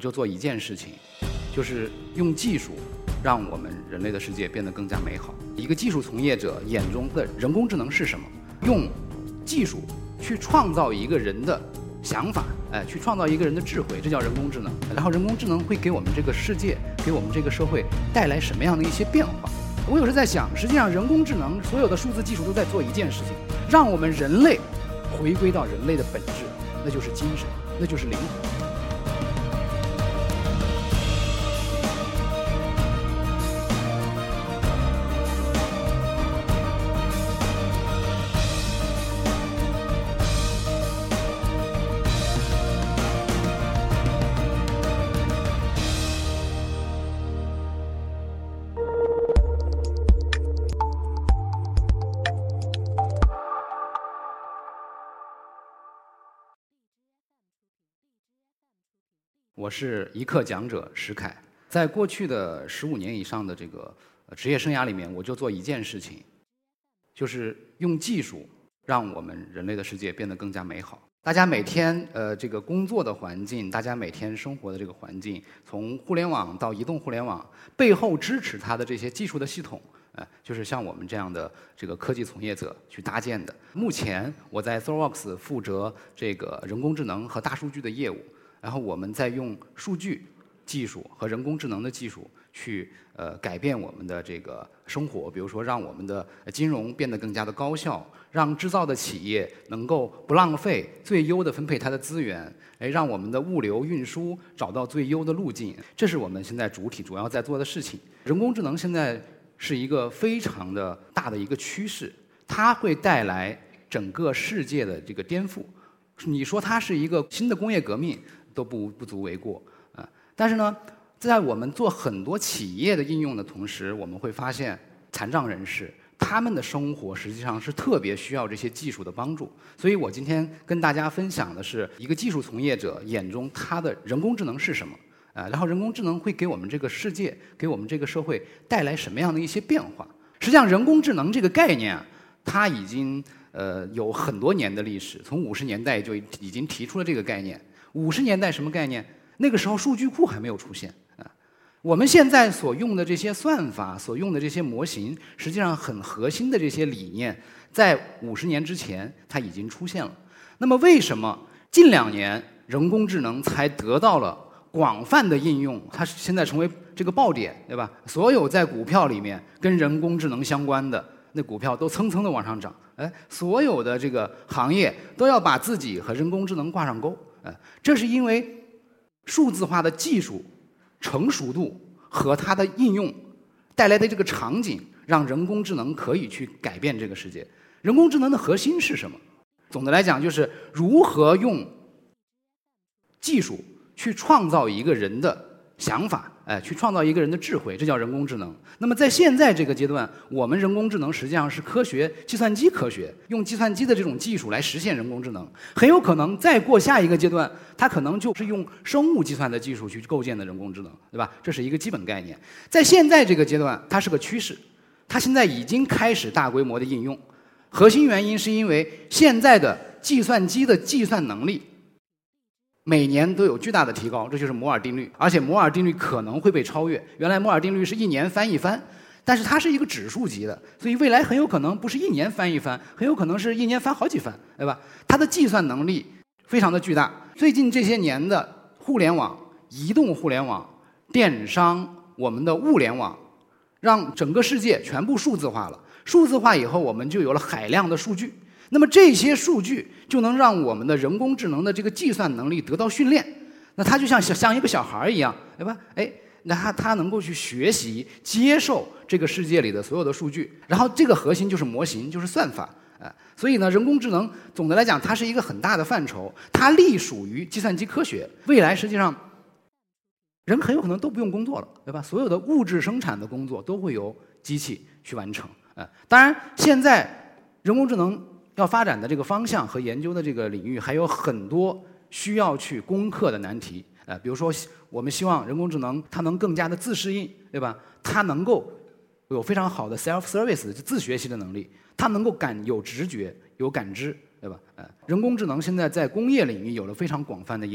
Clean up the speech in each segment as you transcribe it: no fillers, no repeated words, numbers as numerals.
就做一件事情，就是用技术让我们人类的世界变得更加美好。一个技术从业者眼中的人工智能是什么？用技术去创造一个人的想法，去创造一个人的智慧，这叫人工智能。然后人工智能会给我们这个世界，给我们这个社会带来什么样的一些变化？我有时在想，实际上人工智能所有的数字技术都在做一件事情，让我们人类回归到人类的本质，那就是精神，那就是灵魂。我是一课讲者石凯，在过去的15年以上的这个职业生涯里面，我就做一件事情，就是用技术让我们人类的世界变得更加美好。大家每天这个工作的环境，大家每天生活的这个环境，从互联网到移动互联网，背后支持它的这些技术的系统，就是像我们这样的这个科技从业者去搭建的。目前我在 ThoughtWorks 负责这个人工智能和大数据的业务。然后我们再用数据技术和人工智能的技术去改变我们的这个生活，比如说让我们的金融变得更加的高效，让制造的企业能够不浪费，最优的分配它的资源，让我们的物流运输找到最优的路径。这是我们现在主要在做的事情。人工智能现在是一个非常的大的一个趋势，它会带来整个世界的这个颠覆。你说它是一个新的工业革命都不足为过啊！但是呢，在我们做很多企业的应用的同时，我们会发现残障人士他们的生活实际上是特别需要这些技术的帮助。所以我今天跟大家分享的是一个技术从业者眼中他的人工智能是什么然后人工智能会给我们这个世界，给我们这个社会带来什么样的一些变化？实际上，人工智能这个概念它已经有很多年的历史，从50年代就已经提出了这个概念。50年代什么概念？那个时候数据库还没有出现啊。我们现在所用的这些算法，所用的这些模型，实际上很核心的这些理念，在50年之前它已经出现了。那么为什么近2年人工智能才得到了广泛的应用？它现在成为这个爆点，对吧？所有在股票里面跟人工智能相关的那股票都蹭蹭的往上涨，所有的这个行业都要把自己和人工智能挂上钩。这是因为数字化的技术成熟度和它的应用带来的这个场景，让人工智能可以去改变这个世界。人工智能的核心是什么？总的来讲，就是如何用技术去创造一个人的想法，去创造一个人的智慧，这叫人工智能。那么在现在这个阶段，我们人工智能实际上是科学，计算机科学，用计算机的这种技术来实现人工智能。很有可能再过下一个阶段，它可能就是用生物计算的技术去构建的人工智能，对吧？这是一个基本概念。在现在这个阶段，它是个趋势，它现在已经开始大规模的应用。核心原因是因为现在的计算机的计算能力每年都有巨大的提高，这就是摩尔定律，而且摩尔定律可能会被超越。原来摩尔定律是1年翻一番，但是它是一个指数级的，所以未来很有可能不是1年翻一番，很有可能是1年翻好几番，对吧？它的计算能力非常的巨大。最近这些年的互联网、移动互联网、电商、我们的物联网，让整个世界全部数字化了。数字化以后，我们就有了海量的数据。那么这些数据就能让我们的人工智能的这个计算能力得到训练，那它就像一个小孩一样，对吧？那它能够去学习、接受这个世界里的所有的数据，然后这个核心就是模型，就是算法。所以呢，人工智能总的来讲，它是一个很大的范畴，它隶属于计算机科学。未来实际上，人很有可能都不用工作了，对吧？所有的物质生产的工作都会由机器去完成。当然，现在人工智能要发展的这个方向和研究的这个领域还有很多需要去攻克的难题。比如说，我们希望人工智能它能更加的自适应，对吧？它能够有非常好的 self-service 自学习的能力，它能够有直觉、有感知，对吧？人工智能现在在工业领域有了非常广泛的应用，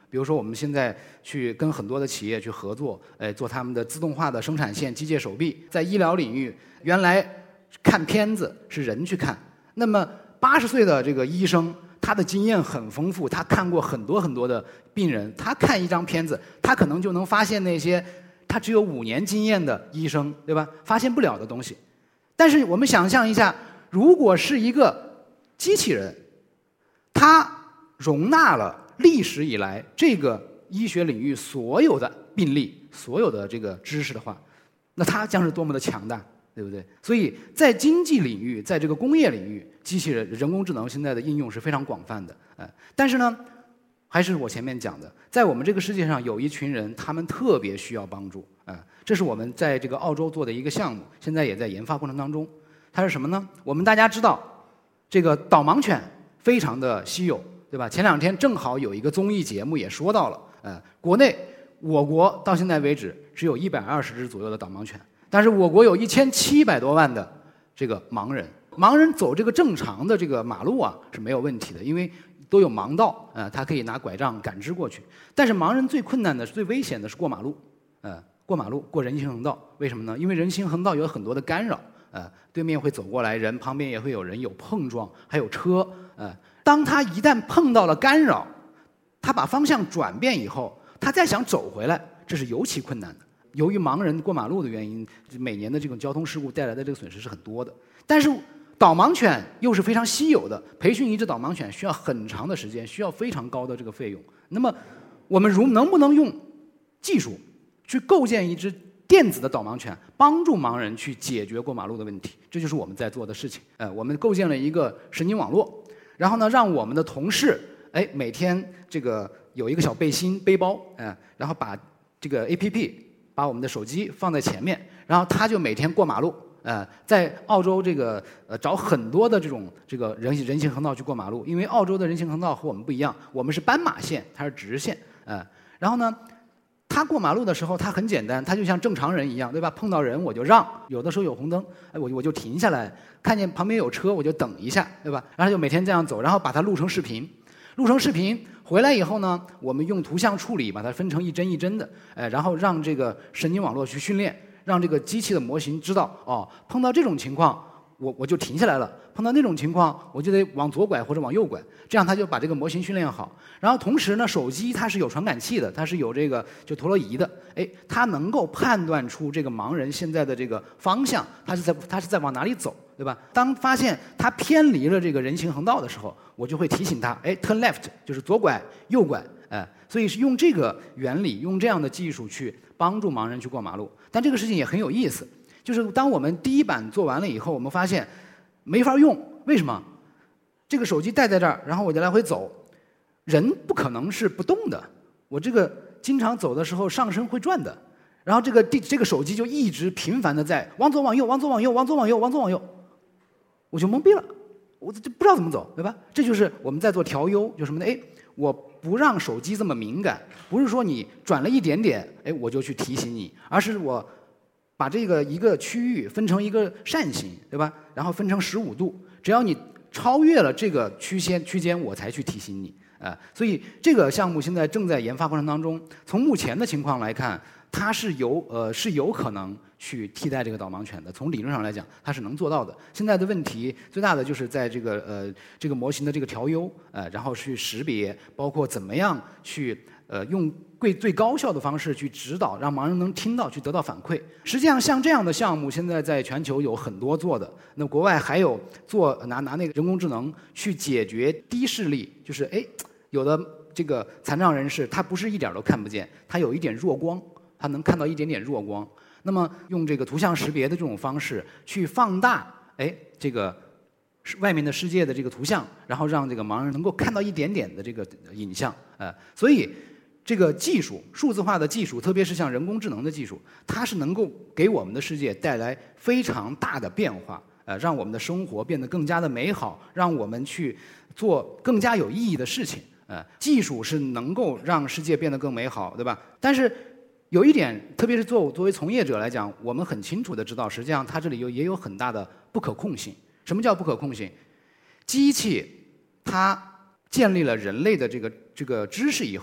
比如说我们现在去跟很多的企业去合作，做他们的自动化的生产线、机械手臂。在医疗领域，原来看片子是人去看，那么80岁的这个医生，他的经验很丰富，他看过很多很多的病人，他看一张片子，他可能就能发现那些他只有5年经验的医生，对吧？发现不了的东西。但是我们想象一下，如果是一个机器人，它容纳了历史以来这个医学领域所有的病例、所有的这个知识的话，那它将是多么的强大，对不对？所以在经济领域，在这个工业领域，机器人、人工智能现在的应用是非常广泛的。但是呢，还是我前面讲的，在我们这个世界上有一群人，他们特别需要帮助。这是我们在这个澳洲做的一个项目，现在也在研发过程当中。它是什么呢？我们大家知道，这个导盲犬非常的稀有，对吧？前2天正好有一个综艺节目也说到了，国内我国到现在为止只有120只左右的导盲犬，但是我国有1700多万的这个盲人。盲人走这个正常的这个马路啊是没有问题的，因为都有盲道，他可以拿拐杖感知过去。但是盲人最困难的、最危险的是过马路，过马路过人行横道。为什么呢？因为人行横道有很多的干扰，对面会走过来人，旁边也会有人，有碰撞，还有车，当他一旦碰到了干扰，他把方向转变以后，他再想走回来，这是尤其困难的。由于盲人过马路的原因，每年的这种交通事故带来的这个损失是很多的。但是导盲犬又是非常稀有的，培训一只导盲犬需要很长的时间，需要非常高的这个费用。那么我们能不能用技术去构建一只电子的导盲犬，帮助盲人去解决过马路的问题？这就是我们在做的事情。我们构建了一个神经网络，然后呢，让我们的同事每天这个有一个小背包，然后把这个 APP 把我们的手机放在前面，然后他就每天过马路。在澳洲这个找很多的这个人行横道去过马路，因为澳洲的人行横道和我们不一样，我们是斑马线，它是直线，然后呢，他过马路的时候，他很简单，他就像正常人一样，对吧？碰到人我就让，有的时候有红灯，我就停下来，看见旁边有车我就等一下，对吧？然后就每天这样走，然后把它录成视频，回来以后呢，我们用图像处理把它分成一帧一帧的，然后让这个神经网络去训练。让这个机器的模型知道，碰到这种情况，我就停下来了；碰到那种情况，我就得往左拐或者往右拐。这样它就把这个模型训练好。然后同时呢，手机它是有传感器的，它是有这个就陀螺仪的，它能够判断出这个盲人现在的这个方向，他是在往哪里走，对吧？当发现他偏离了这个人行横道的时候，我就会提醒他，turn left 就是左拐、右拐，所以是用这个原理，用这样的技术去帮助盲人去过马路。但这个事情也很有意思，就是当我们第一版做完了以后，我们发现没法用。为什么？这个手机带在这儿，然后我就来回走，人不可能是不动的。我这个经常走的时候上身会转的，然后这个手机就一直频繁的在往左往右、往左往右、往左往右、往左往右，我就懵逼了，我就不知道怎么走，对吧？这就是我们在做调优，就什么呢？我不让手机这么敏感，不是说你转了一点点，我就去提醒你，而是我把这个一个区域分成一个扇形，对吧？然后分成15度，只要你超越了这个区间，我才去提醒你。所以这个项目现在正在研发过程当中。从目前的情况来看，它是有可能去替代这个导盲犬的。从理论上来讲，它是能做到的。现在的问题最大的就是在这个模型的这个调优，然后去识别，包括怎么样去用最高效的方式去指导，让盲人能听到，去得到反馈。实际上，像这样的项目，现在在全球有很多做的。那国外还有拿那个人工智能去解决低视力，就是有的这个残障人士，他不是一点都看不见，他有一点弱光，他能看到一点点弱光。那么用这个图像识别的这种方式去放大，这个外面的世界的这个图像，然后让这个盲人能够看到一点点的这个影像，所以这个技术，数字化的技术，特别是像人工智能的技术，它是能够给我们的世界带来非常大的变化，让我们的生活变得更加的美好，让我们去做更加有意义的事情。技术是能够让世界变得更美好，对吧？但是有一点，特别是作为从业者来讲，我们很清楚的知道，实际上它这里也有很大的不可控性。什么叫不可控性？机器它建立了人类的这个知识以后，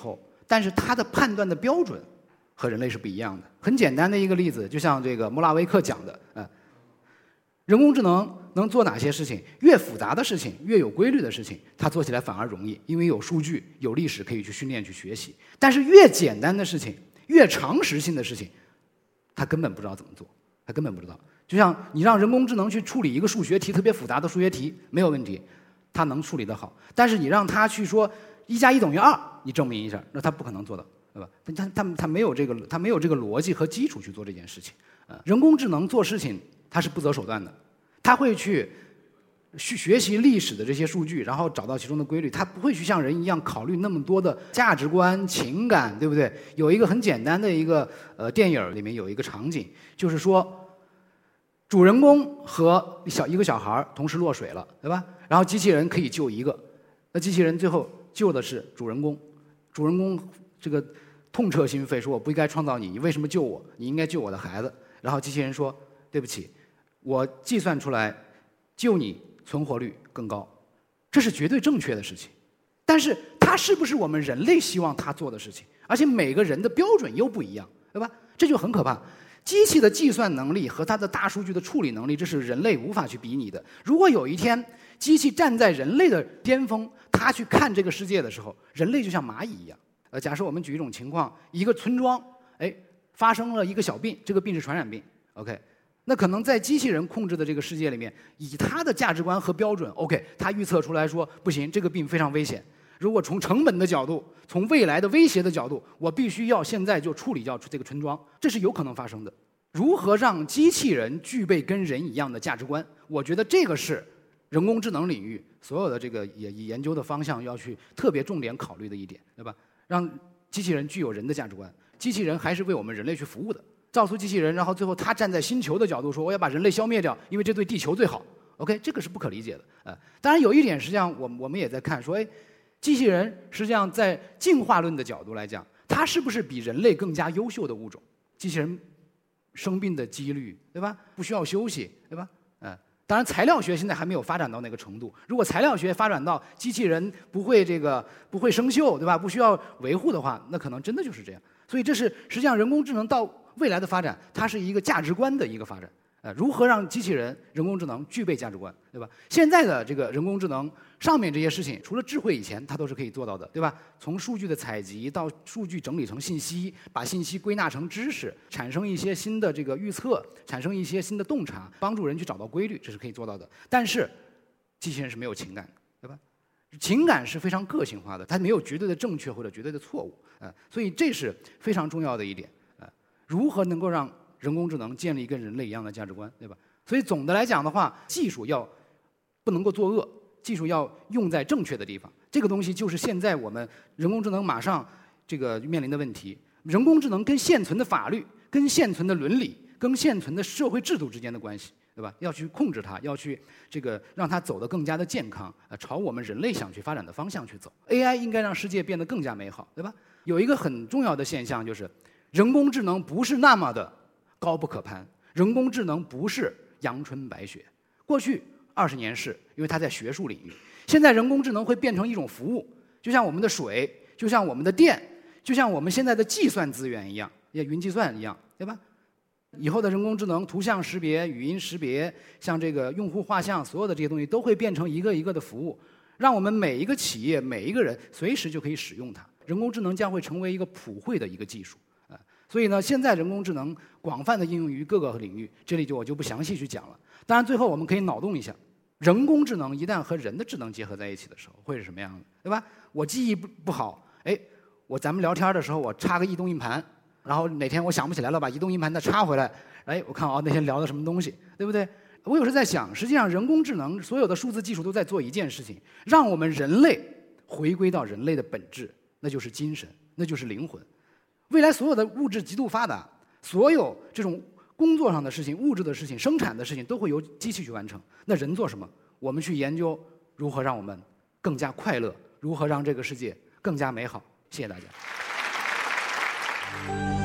但是它的判断的标准和人类是不一样的。很简单的一个例子，就像这个莫拉维克讲的，人工智能能做哪些事情？越复杂的事情，越有规律的事情，它做起来反而容易，因为有数据、有历史可以去训练、去学习。但是越简单的事情，越常识性的事情，它根本不知道怎么做，它根本不知道。就像你让人工智能去处理一个数学题，特别复杂的数学题，没有问题，它能处理得好。但是你让它去说1+1等于2，你证明一下，那它不可能做到，对吧？它没有这个逻辑和基础去做这件事情。人工智能做事情它是不择手段的，它会去学习历史的这些数据，然后找到其中的规律。它不会去像人一样考虑那么多的价值观、情感，对不对？有一个很简单的一个电影里面有一个场景，就是说主人公和一个小孩同时落水了，对吧？然后机器人可以救一个，那机器人最后救的是主人公。主人公这个痛彻心扉，说我不应该创造你，你为什么救我？你应该救我的孩子。然后机器人说对不起，我计算出来救你存活率更高，这是绝对正确的事情。但是它是不是我们人类希望它做的事情？而且每个人的标准又不一样，对吧？这就很可怕。机器的计算能力和它的大数据的处理能力，这是人类无法去比拟的。如果有一天机器站在人类的巅峰，它去看这个世界的时候，人类就像蚂蚁一样。假设我们举一种情况，一个村庄，发生了一个小病，这个病是传染病 ，OK， 那可能在机器人控制的这个世界里面，以它的价值观和标准 ，OK， 它预测出来说不行，这个病非常危险。如果从成本的角度，从未来的威胁的角度，我必须要现在就处理掉这个村庄，这是有可能发生的。如何让机器人具备跟人一样的价值观？我觉得这个是人工智能领域所有的这个研究的方向要去特别重点考虑的一点，对吧？让机器人具有人的价值观，机器人还是为我们人类去服务的。造出机器人，然后最后他站在星球的角度说，我要把人类消灭掉，因为这对地球最好。OK， 这个是不可理解的。当然有一点，实际上我们也在看说，机器人实际上在进化论的角度来讲，它是不是比人类更加优秀的物种？机器人生病的几率，对吧？不需要休息，对吧？当然材料学现在还没有发展到那个程度。如果材料学发展到机器人不会生锈，对吧？不需要维护的话，那可能真的就是这样。所以这是实际上人工智能到未来的发展，它是一个价值观的一个发展。如何让机器人、人工智能具备价值观，对吧？现在的这个人工智能上面这些事情，除了智慧以前，它都是可以做到的，对吧？从数据的采集到数据整理成信息，把信息归纳成知识，产生一些新的这个预测，产生一些新的洞察，帮助人去找到规律，这是可以做到的。但是，机器人是没有情感的，对吧？情感是非常个性化的，它没有绝对的正确或者绝对的错误，所以这是非常重要的一点。如何能够让人工智能建立跟人类一样的价值观，对吧？所以总的来讲的话，技术不能够作恶，技术要用在正确的地方。这个东西就是现在我们人工智能马上这个面临的问题。人工智能跟现存的法律、跟现存的伦理、跟现存的社会制度之间的关系，对吧？要去控制它，要去这个让它走得更加的健康，朝我们人类想去发展的方向去走。AI 应该让世界变得更加美好，对吧？有一个很重要的现象就是，人工智能不是那么的高不可攀，人工智能不是阳春白雪。过去20年是因为它在学术领域，现在人工智能会变成一种服务，就像我们的水，就像我们的电，就像我们现在的计算资源一样，云计算一样，对吧？以后的人工智能、图像识别、语音识别，像这个用户画像，所有的这些东西都会变成一个一个的服务，让我们每一个企业、每一个人随时就可以使用它。人工智能将会成为一个普惠的一个技术。所以呢，现在人工智能广泛的应用于各个领域，这里我就不详细去讲了。当然，最后我们可以脑洞一下，人工智能一旦和人的智能结合在一起的时候，会是什么样的，对吧？我记忆不好，咱们聊天的时候我插个移动硬盘，然后哪天我想不起来了，把移动硬盘再插回来，我看那天聊的什么东西，对不对？我有时在想，实际上人工智能所有的数字技术都在做一件事情，让我们人类回归到人类的本质，那就是精神，那就是灵魂。未来所有的物质极度发达，所有这种工作上的事情、物质的事情、生产的事情都会由机器去完成。那人做什么？我们去研究如何让我们更加快乐，如何让这个世界更加美好。谢谢大家。